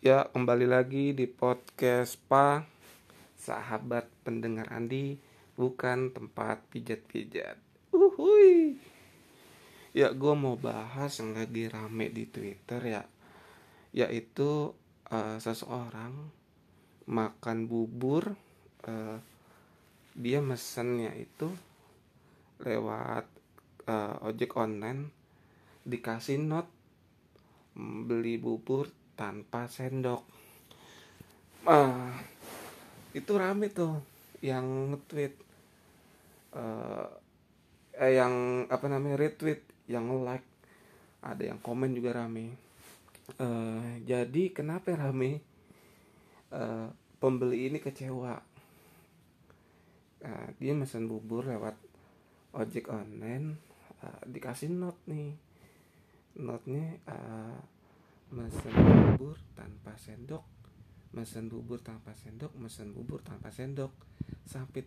Ya, kembali lagi di podcast sahabat pendengar Andi, bukan tempat pijat-pijat. Uhuy. Ya, gue mau bahas yang lagi rame di Twitter ya, yaitu seseorang makan bubur. eh, Dia mesennya itu lewat ojek online, dikasih not beli bubur tanpa sendok. Ah, itu rame tuh yang nge-tweet, eh yang apa namanya, retweet, yang like, ada yang komen juga rame. Jadi kenapa rame? Pembeli ini kecewa. Dia mesen bubur lewat ojek online, dikasih not nih, notnya mesen bubur tanpa sendok, mesen bubur tanpa sendok, mesen bubur tanpa sendok, sampai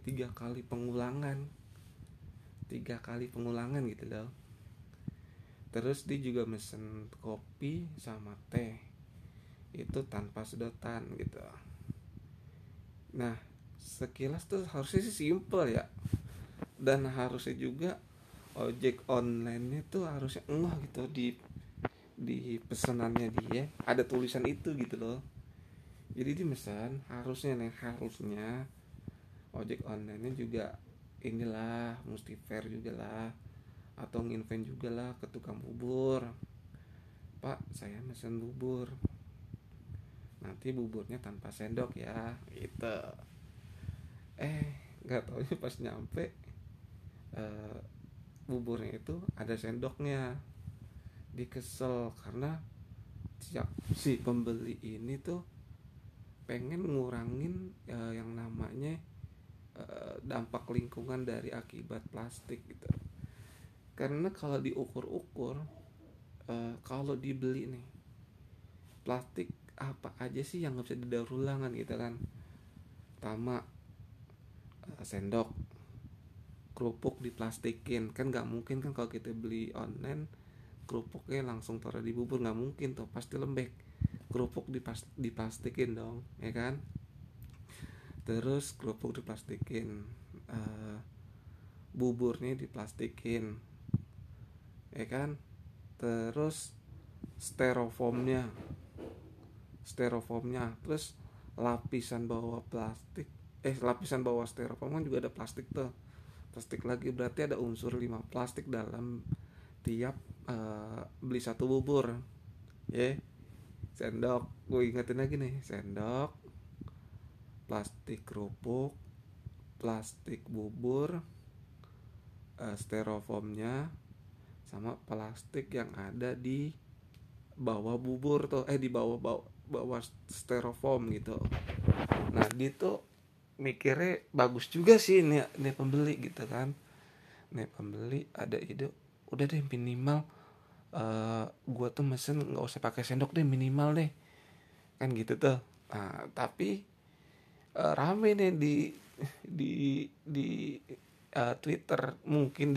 3 kali pengulangan gitu loh. Terus dia juga mesen kopi sama teh, itu tanpa sedotan gitu. Nah, sekilas tuh harusnya sih simple ya, dan harusnya juga ojek online tuh harusnya enggak gitu, di pesanannya dia ada tulisan itu gitu loh. Jadi dia mesan, harusnya ojek online juga inilah, mesti fair juga lah, atau nginvent juga lah ke tukang bubur. Pak, saya mesen bubur, nanti buburnya tanpa sendok ya, gitu. Nggak taunya pas nyampe, eh, buburnya itu ada sendoknya. Dikesel karena si pembeli ini tuh pengen ngurangin yang namanya dampak lingkungan dari akibat plastik gitu. Karena kalau diukur-ukur, kalau dibeli nih, plastik apa aja sih yang nggak bisa didaur ulangan gitu kan. Pertama, sendok, kerupuk diplastikin, kan nggak mungkin kan kalau kita beli online kerupuknya langsung taruh di bubur, nggak mungkin tuh, pasti lembek. Kerupuk diplastikin dong, ya kan. Terus kerupuk diplastikin, buburnya diplastikin, ya kan. Terus styrofoamnya, terus lapisan bawah plastik, lapisan bawah styrofoam kan juga ada plastik tuh. Plastik lagi, berarti ada unsur 5 plastik dalam tiap beli satu bubur. Ya, sendok, gue ingetin lagi nih, sendok, plastik kerupuk, plastik bubur, styrofoamnya, sama plastik yang ada di bawah bubur tuh, di bawah styrofoam gitu. Nah, dia tuh mikirnya bagus juga sih nih pembeli gitu kan. Nih pembeli ada ide, udah deh minimal gua tuh mesen nggak usah pakai sendok deh, minimal deh, kan gitu tuh. Nah, tapi rame nih di Twitter, mungkin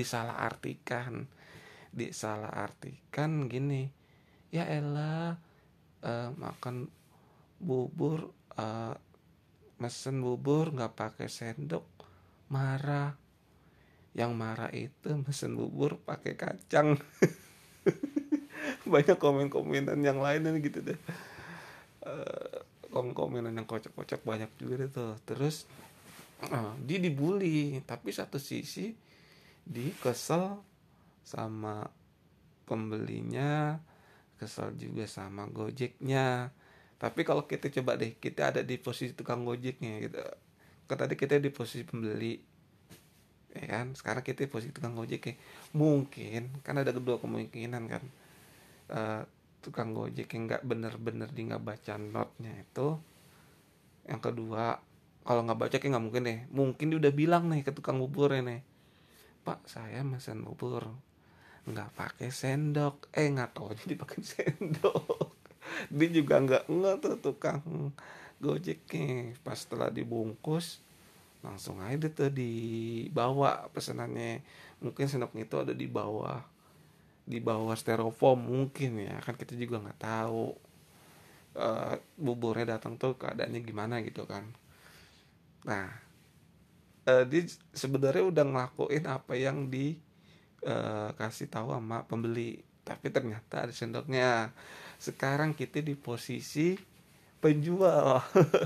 disalah artikan gini. Ya elah, makan bubur, mesen bubur nggak pakai sendok, marah. Yang marah itu mesen bubur pakai kacang. Banyak komen-komenan yang lainnya gitu deh. Komen-komenan yang kocak-kocak banyak juga deh tuh. Terus dia dibully, tapi satu sisi dia kesel sama pembelinya, kesel juga sama Gojeknya. Tapi kalau kita coba deh, kita ada di posisi tukang Gojeknya gitu. Kan tadi kita di posisi pembeli, ya kan. Sekarang kita di posisi tukang Gojek ya. Mungkin kan ada kedua kemungkinan kan. Tukang Gojek yang nggak bener-bener dia nggak baca notnya itu. Yang kedua, kalau nggak baca kayak nggak mungkin deh. Mungkin dia udah bilang nih ke tukang buburnya nih, Pak, saya mesen bubur nggak pakai sendok, nggak tahu jadi pakai sendok. Dia juga nggak tuh tukang Gojeknya. Pas setelah dibungkus, langsung aja tuh dibawa pesanannya. Mungkin sendoknya itu ada di bawah styrofoam mungkin ya, kan kita juga nggak tahu. buburnya datang tuh keadaannya gimana gitu kan. Nah, dia sebenarnya udah ngelakuin apa yang kasih tahu sama pembeli, tapi ternyata ada sendoknya. Sekarang kita di posisi penjual.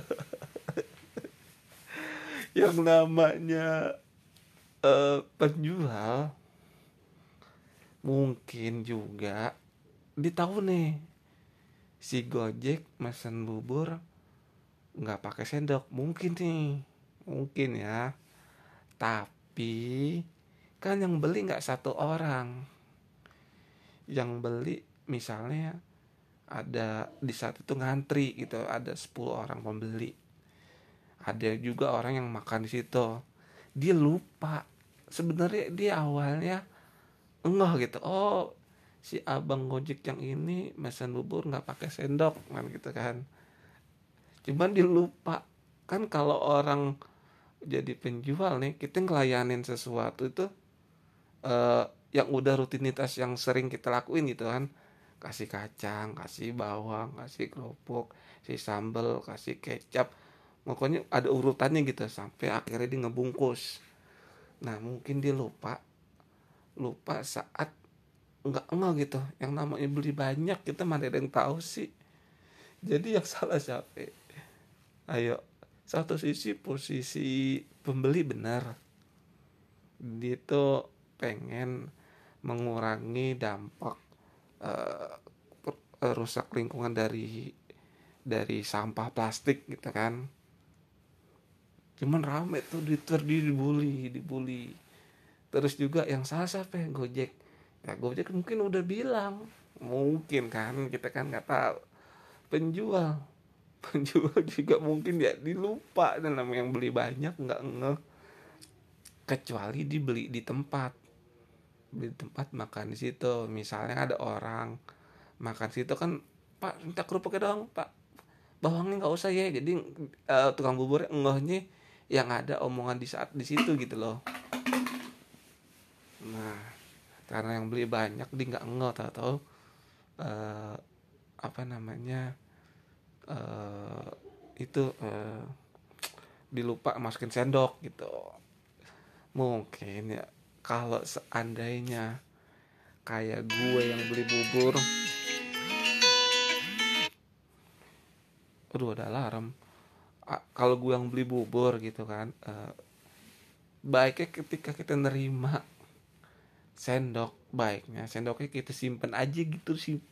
Yang namanya penjual mungkin juga ditahu nih si Gojek mesen bubur nggak pakai sendok, mungkin nih, mungkin ya. Tapi kan yang beli nggak satu orang, yang beli misalnya ada di saat itu ngantri gitu, ada 10 orang pembeli, ada juga orang yang makan di situ. Dia lupa sebenarnya, dia awalnya ngeh gitu, oh si abang Gojek yang ini mesen bubur nggak pakai sendok kan gitu kan. Cuman dia lupa, kan kalau orang jadi penjual nih, kita ngelayanin sesuatu itu eh, yang udah rutinitas yang sering kita lakuin gitu kan. Kasih kacang, kasih bawang, kasih kerupuk, kasih sambal, kasih kecap, pokoknya ada urutannya gitu sampai akhirnya dia ngebungkus. Nah mungkin dia lupa, lupa saat nggak gitu, yang namanya beli banyak kita mana ada yang tahu sih. Jadi yang salah siapa? Ayo, satu sisi posisi pembeli benar, dia tuh pengen mengurangi dampak eh, rusak lingkungan dari sampah plastik gitu kan. Cuman rame tuh di Twitter, dibully. Terus juga yang salah siapa ya? Gojek. Ya Gojek mungkin udah bilang, mungkin kan, kita kan nggak tahu. Penjual penjual juga mungkin ya dilupa, dan namanya yang beli banyak nggak ngeh. Kecuali dibeli di tempat, beli di tempat makan di situ. Misalnya ada orang makan situ kan, Pak minta kerupuknya dong Pak, bawangnya nggak usah ya. Jadi tukang bubur ngehnya yang ada omongan di saat di situ gitu loh. Nah karena yang beli banyak dia nggak ngeh, tahu-tahu eh, apa namanya eh, itu dilupa masukin sendok gitu. Mungkin ya kalau seandainya kayak gue yang beli bubur, aduh ada alarm. Kalau gue yang beli bubur gitu kan, baiknya ketika kita nerima sendok, baiknya sendoknya kita simpen aja gitu,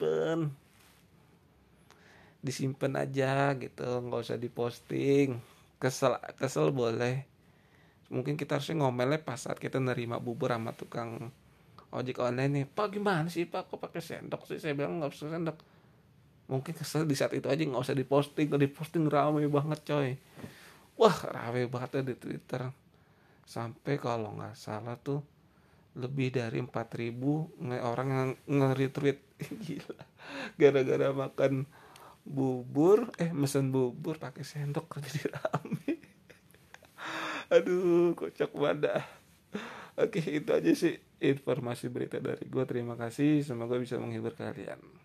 disimpan aja gitu, nggak usah diposting. Kesel boleh, mungkin kita harusnya ngomelnya pas saat kita nerima bubur sama tukang ojek online nih, Pak gimana sih Pak kok pakai sendok sih, saya bilang nggak usah sendok. Mungkin kesel di saat itu aja, nggak usah diposting. Kalau diposting rame banget coy, wah rame banget ya di Twitter. Sampai kalau nggak salah tuh lebih dari 4.000 orang yang nge-retweet. Gila, gara-gara makan bubur, mesen bubur pakai sendok jadi rame. Aduh kocak banget. Oke itu aja sih informasi berita dari gue, terima kasih, semoga bisa menghibur kalian.